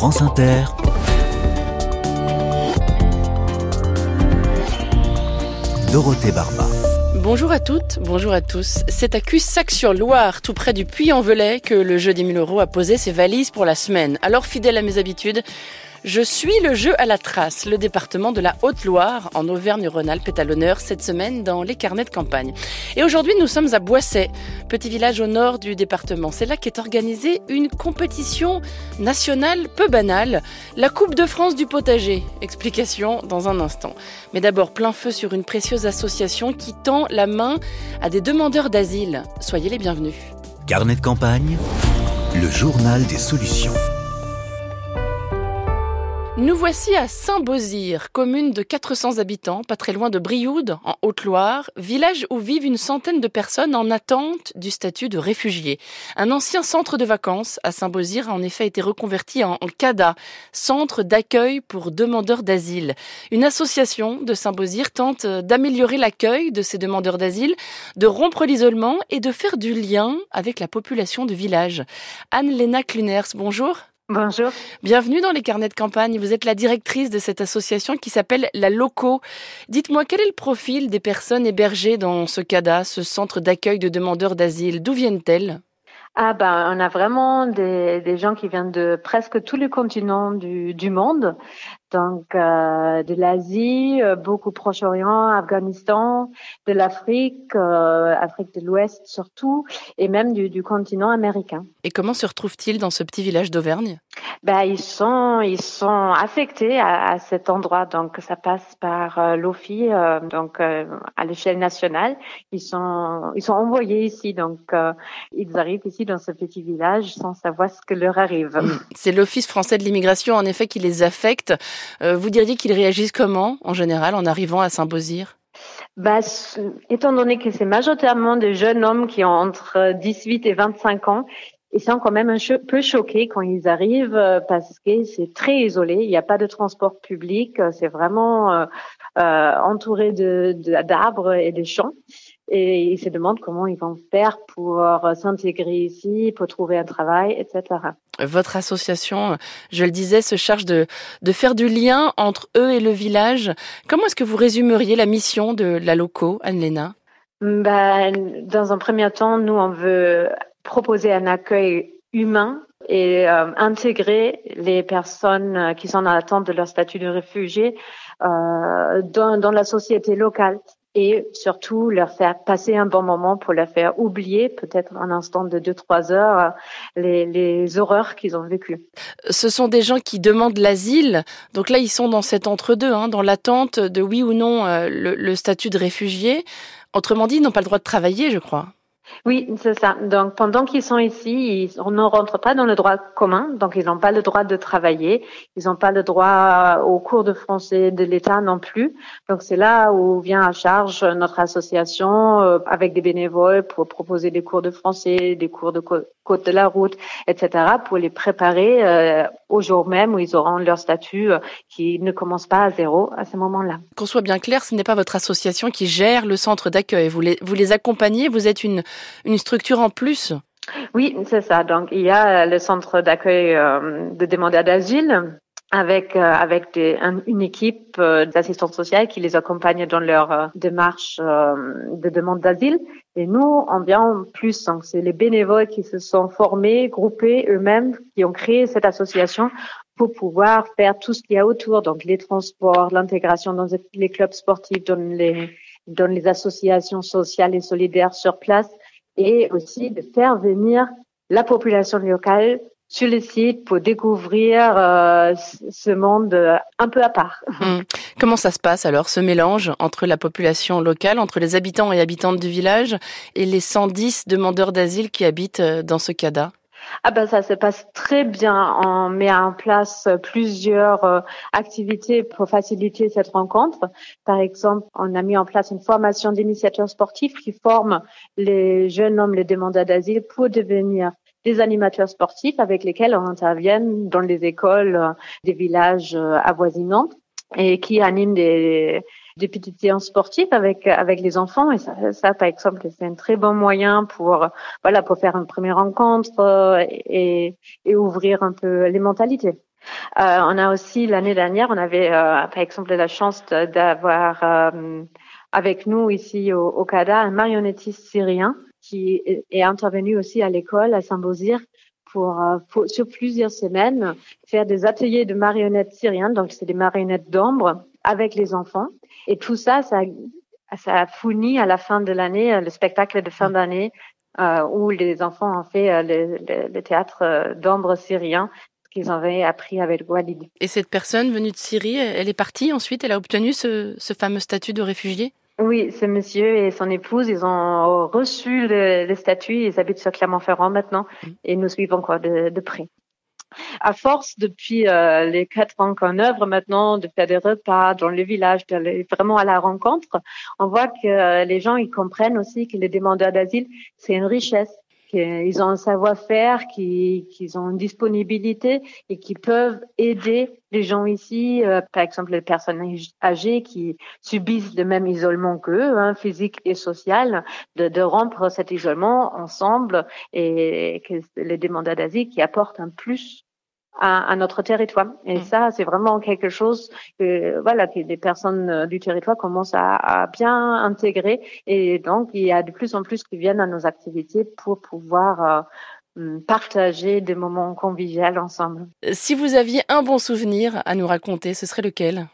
France Inter, Dorothée Barba. Bonjour à toutes, bonjour à tous. C'est à Cussac-sur-Loire, tout près du Puy-en-Velay, que le jeu des 1000 € a posé ses valises pour la semaine. Alors, fidèle à mes habitudes, je suis le jeu à la trace. Le département de la Haute-Loire, en Auvergne-Rhône-Alpes, est à l'honneur cette semaine dans les carnets de campagne. Et aujourd'hui, nous sommes à Boisset, petit village au nord du département. C'est là qu'est organisée une compétition nationale peu banale, la Coupe de France du potager. Explication dans un instant. Mais d'abord, plein feu sur une précieuse association qui tend la main à des demandeurs d'asile. Soyez les bienvenus. Carnet de campagne, le journal des solutions. Nous voici à Saint-Beauzire, commune de 400 habitants, pas très loin de Brioude, en Haute-Loire, village où vivent une centaine de personnes en attente du statut de réfugié. Un ancien centre de vacances à Saint-Beauzire a en effet été reconverti en CADA, centre d'accueil pour demandeurs d'asile. Une association de Saint-Beauzire tente d'améliorer l'accueil de ces demandeurs d'asile, de rompre l'isolement et de faire du lien avec la population du village. Anne-Léna Cluners, bonjour. Bonjour. Bienvenue dans les carnets de campagne. Vous êtes la directrice de cette association qui s'appelle La Loco. Dites-moi, quel est le profil des personnes hébergées dans ce CADA, ce centre d'accueil de demandeurs d'asile? D'où viennent-elles? On a vraiment des gens qui viennent de presque tous les continents du monde. Donc, de l'Asie, beaucoup Proche-Orient, Afghanistan, de l'Afrique, Afrique de l'Ouest surtout, et même du continent américain. Et comment se retrouvent-ils dans ce petit village d'Auvergne? Ils sont affectés à cet endroit. Donc, ça passe par l'OFI, à l'échelle nationale. Ils sont envoyés ici. Donc, ils arrivent ici dans ce petit village sans savoir ce que leur arrive. C'est l'Office français de l'immigration, en effet, qui les affecte. Vous diriez qu'ils réagissent comment, en général, en arrivant à Saint-Beauzire? Étant donné que c'est majoritairement des jeunes hommes qui ont entre 18 et 25 ans, ils sont quand même un peu choqués quand ils arrivent parce que c'est très isolé. Il n'y a pas de transport public. C'est vraiment entouré d'arbres et de champs. Et ils se demandent comment ils vont faire pour s'intégrer ici, pour trouver un travail, etc. Votre association, je le disais, se charge de faire du lien entre eux et le village. Comment est-ce que vous résumeriez la mission de La Loco, Anne-Léna? Dans un premier temps, nous, on veut proposer un accueil humain et intégrer les personnes qui sont en attente de leur statut de réfugié dans la société locale. Et surtout, leur faire passer un bon moment pour leur faire oublier, peut-être un instant de 2-3 heures, les horreurs qu'ils ont vécues. Ce sont des gens qui demandent l'asile. Donc là, ils sont dans cet entre-deux, dans l'attente de oui ou non le statut de réfugié. Autrement dit, ils n'ont pas le droit de travailler, je crois. Oui, c'est ça. Donc, pendant qu'ils sont ici, ils ne rentrent pas dans le droit commun. Donc, ils n'ont pas le droit de travailler. Ils n'ont pas le droit aux cours de français de l'État non plus. Donc, c'est là où vient à charge notre association avec des bénévoles pour proposer des cours de français, des cours de code de la route, etc., pour les préparer au jour même où ils auront leur statut qui ne commence pas à zéro à ce moment-là. Qu'on soit bien clair, ce n'est pas votre association qui gère le centre d'accueil. Vous les accompagnez, vous êtes une structure en plus? Oui, c'est ça. Donc, il y a le centre d'accueil de demandeurs d'asile avec une équipe d'assistants sociaux qui les accompagne dans leur démarche de demande d'asile. Et nous, on vient en plus. Donc, c'est les bénévoles qui se sont formés, groupés eux-mêmes, qui ont créé cette association pour pouvoir faire tout ce qu'il y a autour. Donc, les transports, l'intégration dans les clubs sportifs, dans les associations sociales et solidaires sur place, et aussi de faire venir la population locale sur le site pour découvrir ce monde un peu à part. Comment ça se passe alors, ce mélange entre la population locale, entre les habitants et habitantes du village et les 110 demandeurs d'asile qui habitent dans ce CADA? Ça se passe très bien. On met en place plusieurs activités pour faciliter cette rencontre. Par exemple, on a mis en place une formation d'initiateurs sportifs qui forment les jeunes hommes, les demandeurs d'asile, pour devenir des animateurs sportifs avec lesquels on intervient dans les écoles des villages avoisinants et qui animent des petits séances sportives avec les enfants. Et ça, par exemple, c'est un très bon moyen pour faire une première rencontre et ouvrir un peu les mentalités. On a aussi, l'année dernière, on avait par exemple la chance d'avoir avec nous ici au CADA un marionnettiste syrien qui est intervenu aussi à l'école à Saint-Beauzire pour sur plusieurs semaines faire des ateliers de marionnettes syriennes, donc c'est des marionnettes d'ombre avec les enfants. Et tout ça a fourni à la fin de l'année le spectacle de fin d'année où les enfants ont fait le théâtre d'ombre syrien qu'ils avaient appris avec Walid. Et cette personne venue de Syrie, elle est partie ensuite, elle a obtenu ce fameux statut de réfugié? Oui, ce monsieur et son épouse, ils ont reçu le statut, ils habitent sur Clermont-Ferrand maintenant et nous suivons encore de près. À force, depuis les 4 ans qu'on œuvre maintenant, de faire des repas dans le village, d'aller vraiment à la rencontre, on voit que les gens, ils comprennent aussi que les demandeurs d'asile, c'est une richesse. Qu'ils ont un savoir-faire, qu'ils ont une disponibilité et qu'ils peuvent aider les gens ici, par exemple les personnes âgées qui subissent le même isolement qu'eux, physique et social, de rompre cet isolement ensemble et que les demandeurs d'asile qui apportent un plus à notre territoire. Et ça, c'est vraiment quelque chose que les personnes du territoire commencent à bien intégrer. Et donc, il y a de plus en plus qui viennent à nos activités pour pouvoir partager des moments conviviaux ensemble. Si vous aviez un bon souvenir à nous raconter, ce serait lequel?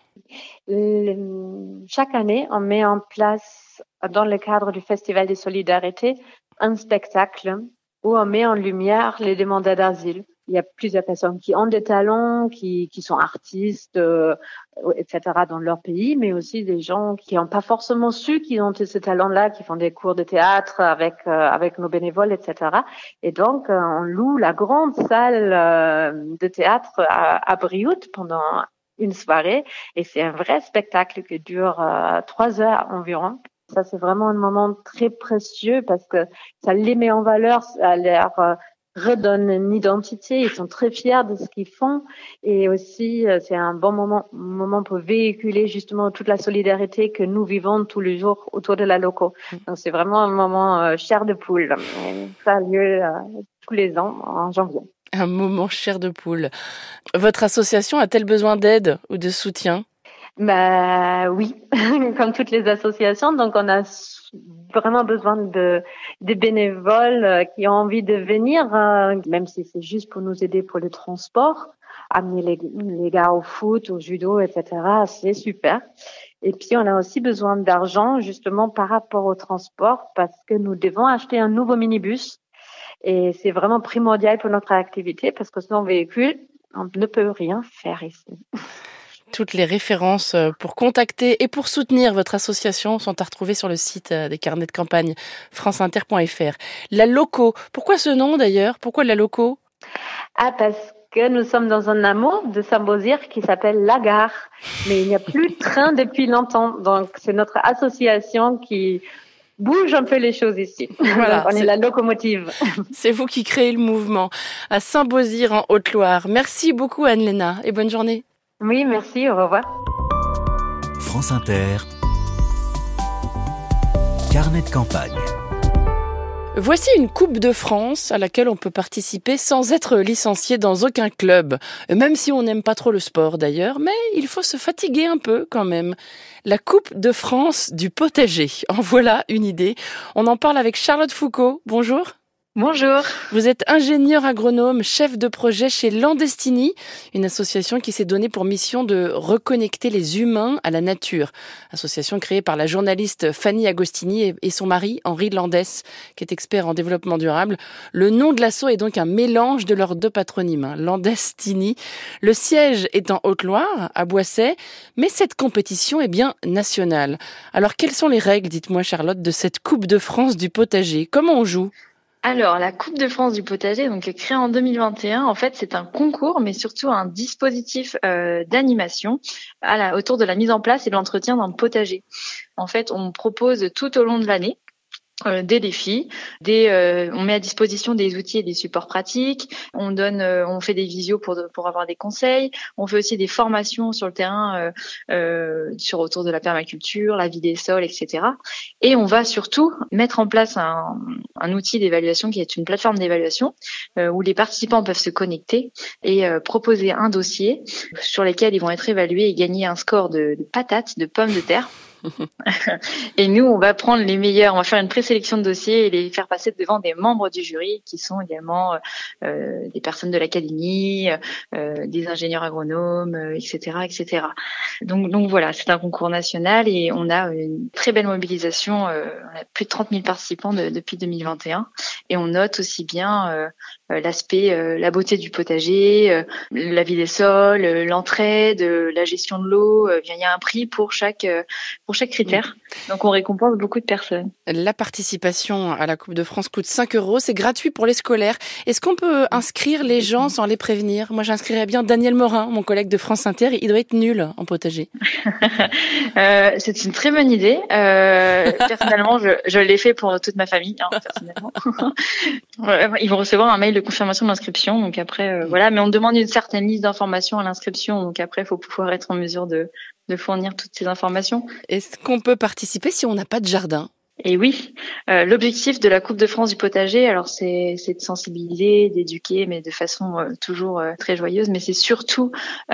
Chaque année, on met en place, dans le cadre du Festival des Solidarités, un spectacle où on met en lumière les demandeurs d'asile. Il y a plusieurs personnes qui ont des talents, qui sont artistes, etc. dans leur pays, mais aussi des gens qui n'ont pas forcément su qu'ils ont ce talent-là, qui font des cours de théâtre avec nos bénévoles, etc. Et donc, on loue la grande salle de théâtre à Brioude pendant une soirée, et c'est un vrai spectacle qui dure 3 heures environ. Ça, c'est vraiment un moment très précieux parce que ça les met en valeur, ça leur redonne une identité. Ils sont très fiers de ce qu'ils font et aussi c'est un bon moment pour véhiculer justement toute la solidarité que nous vivons tous les jours autour de la loco. Donc c'est vraiment un moment chair de poule. Et ça a lieu tous les ans en janvier. Un moment chair de poule. Votre association a-t-elle besoin d'aide ou de soutien? Oui, comme toutes les associations. Donc, on a vraiment besoin de bénévoles qui ont envie de venir, même si c'est juste pour nous aider pour le transport, amener les gars au foot, au judo, etc. C'est super. Et puis, on a aussi besoin d'argent justement par rapport au transport parce que nous devons acheter un nouveau minibus. Et c'est vraiment primordial pour notre activité parce que sans véhicule, on ne peut rien faire ici. Toutes les références pour contacter et pour soutenir votre association sont à retrouver sur le site des carnets de campagne franceinter.fr. La Loco, pourquoi ce nom d'ailleurs? Pourquoi la Loco? Parce que nous sommes dans un hameau de Saint-Beauzire qui s'appelle La Gare. Mais il n'y a plus de train depuis longtemps. Donc, c'est notre association qui bouge un peu les choses ici. Voilà, on est la locomotive. C'est vous qui créez le mouvement à Saint-Beauzire en Haute-Loire. Merci beaucoup Anne-Léna et bonne journée. Oui, merci, au revoir. France Inter, carnet de campagne. Voici une Coupe de France à laquelle on peut participer sans être licencié dans aucun club. Même si on n'aime pas trop le sport d'ailleurs, mais il faut se fatiguer un peu quand même. La Coupe de France du potager. En voilà une idée. On en parle avec Charlotte Foucault. Bonjour. Bonjour. Vous êtes ingénieur agronome, chef de projet chez Landestini, une association qui s'est donnée pour mission de reconnecter les humains à la nature. Association créée par la journaliste Fanny Agostini et son mari Henri Landès, qui est expert en développement durable. Le nom de l'asso est donc un mélange de leurs 2 patronymes, Landestini. Le siège est en Haute-Loire, à Boissey, mais cette compétition est bien nationale. Alors quelles sont les règles, dites-moi Charlotte, de cette Coupe de France du potager? Comment on joue? Alors, la Coupe de France du potager, donc créée en 2021, en fait, c'est un concours, mais surtout un dispositif d'animation autour de la mise en place et de l'entretien d'un potager. En fait, on propose tout au long de l'année des défis, on met à disposition des outils et des supports pratiques, on fait des visios pour avoir des conseils, on fait aussi des formations sur le terrain autour de la permaculture, la vie des sols, etc. Et on va surtout mettre en place un un outil d'évaluation qui est une plateforme d'évaluation où les participants peuvent se connecter et proposer un dossier sur lequel ils vont être évalués et gagner un score de patates, de pommes de terre. Et nous, on va prendre les meilleurs, on va faire une présélection de dossiers et les faire passer devant des membres du jury qui sont également des personnes de l'académie, des ingénieurs agronomes, etc., etc. Donc voilà, c'est un concours national et on a une très belle mobilisation. On a plus de 30 000 participants depuis 2021 et on note aussi bien l'aspect, la beauté du potager, la vie des sols, l'entraide, la gestion de l'eau. Il y a un prix pour chaque critère. Donc, on récompense beaucoup de personnes. La participation à la Coupe de France coûte 5 €. C'est gratuit pour les scolaires. Est-ce qu'on peut inscrire les gens sans les prévenir? Moi, j'inscrirais bien Daniel Morin, mon collègue de France Inter. Il doit être nul en potager. C'est une très bonne idée. Personnellement, je l'ai fait pour toute ma famille. Personnellement. Ils vont recevoir un mail de confirmation de l'inscription. Donc après, voilà. Mais on demande une certaine liste d'informations à l'inscription. Donc après, il faut pouvoir être en mesure de fournir toutes ces informations. Est-ce qu'on peut participer si on n'a pas de jardin? Et oui, l'objectif de la Coupe de France du potager, alors c'est de sensibiliser, d'éduquer, mais de façon toujours très joyeuse, mais c'est surtout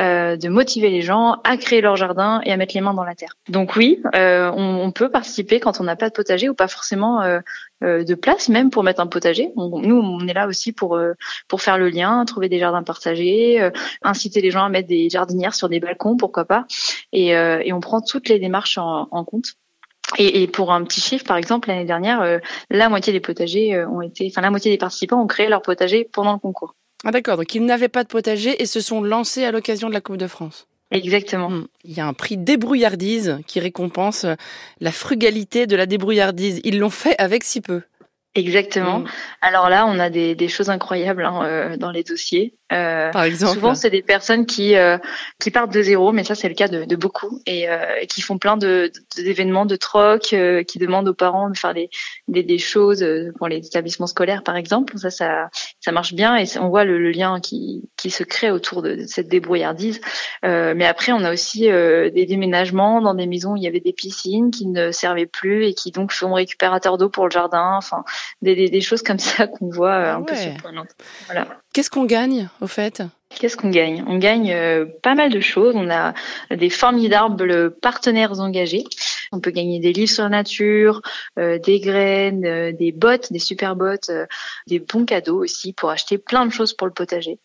de motiver les gens à créer leur jardin et à mettre les mains dans la terre. Donc oui, on peut participer quand on n'a pas de potager ou pas forcément de place même pour mettre un potager. Nous, on est là aussi pour faire le lien, trouver des jardins partagés, inciter les gens à mettre des jardinières sur des balcons, pourquoi pas. Et on prend toutes les démarches en compte. Et pour un petit chiffre, par exemple, l'année dernière, la moitié des potagers la moitié des participants ont créé leur potager pendant le concours. Ah d'accord, donc ils n'avaient pas de potager et se sont lancés à l'occasion de la Coupe de France. Exactement. Il y a un prix débrouillardise qui récompense la frugalité de la débrouillardise. Ils l'ont fait avec si peu. Exactement. Alors là, on a des choses incroyables dans les dossiers. Par exemple, souvent, c'est des personnes qui partent de zéro, mais ça, c'est le cas de beaucoup, et qui font plein d'événements de troc, qui demandent aux parents de faire des choses pour les établissements scolaires, par exemple. Ça marche bien, et on voit le lien qui se crée autour de cette débrouillardise. Mais après, on a aussi des déménagements dans des maisons où il y avait des piscines qui ne servaient plus et qui donc font récupérateur d'eau pour le jardin. Enfin, des choses comme ça qu'on voit un peu surprenantes. Voilà. Qu'est-ce qu'on gagne, au fait ? Qu'est-ce qu'on gagne ? On gagne pas mal de choses. On a des formidables partenaires engagés. On peut gagner des livres sur la nature, des graines, des bottes, des super bottes, des bons cadeaux aussi pour acheter plein de choses pour le potager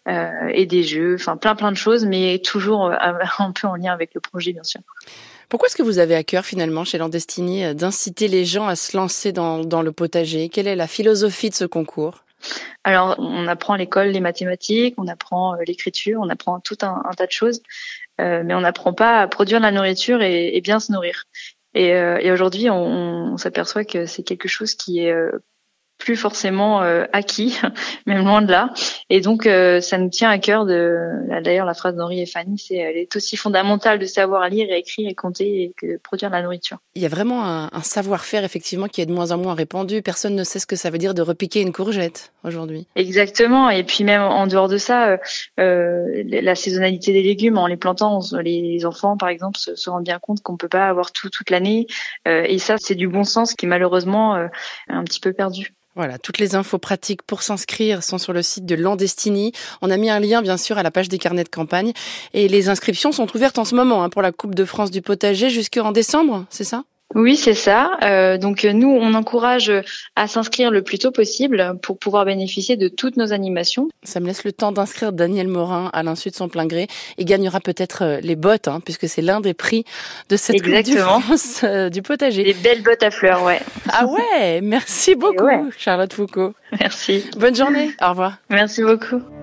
et des jeux, enfin plein de choses, mais toujours un peu en lien avec le projet, bien sûr. Pourquoi est-ce que vous avez à cœur, finalement, chez Landestini, d'inciter les gens à se lancer dans le potager ? Quelle est la philosophie de ce concours ? Alors, on apprend à l'école les mathématiques, on apprend l'écriture, on apprend tout un tas de choses, mais on n'apprend pas à produire de la nourriture et bien se nourrir. Et aujourd'hui, on s'aperçoit que c'est quelque chose qui est plus forcément acquis, même loin de là. Et donc, ça nous tient à cœur d'ailleurs, la phrase d'Henri et Fanny, elle est aussi fondamentale de savoir lire et écrire et compter que de produire de la nourriture. Il y a vraiment un savoir-faire, effectivement, qui est de moins en moins répandu. Personne ne sait ce que ça veut dire de repiquer une courgette aujourd'hui. Exactement. Et puis même en dehors de ça, la saisonnalité des légumes, en les plantant, les enfants, par exemple, se rendent bien compte qu'on peut pas avoir tout toute l'année. Et ça, c'est du bon sens qui, malheureusement, est un petit peu perdu. Voilà, toutes les infos pratiques pour s'inscrire sont sur le site de Landestini. On a mis un lien, bien sûr, à la page des carnets de campagne. Et les inscriptions sont ouvertes en ce moment pour la Coupe de France du potager jusqu'en décembre, c'est ça ? Oui, c'est ça. Donc nous, on encourage à s'inscrire le plus tôt possible pour pouvoir bénéficier de toutes nos animations. Ça me laisse le temps d'inscrire Daniel Morin à l'insu de son plein gré et gagnera peut-être les bottes, puisque c'est l'un des prix de cette Coupe de France du potager. Des belles bottes à fleurs, ouais. Ah ouais, merci beaucoup, Charlotte Foucault. Merci. Bonne journée, au revoir. Merci beaucoup.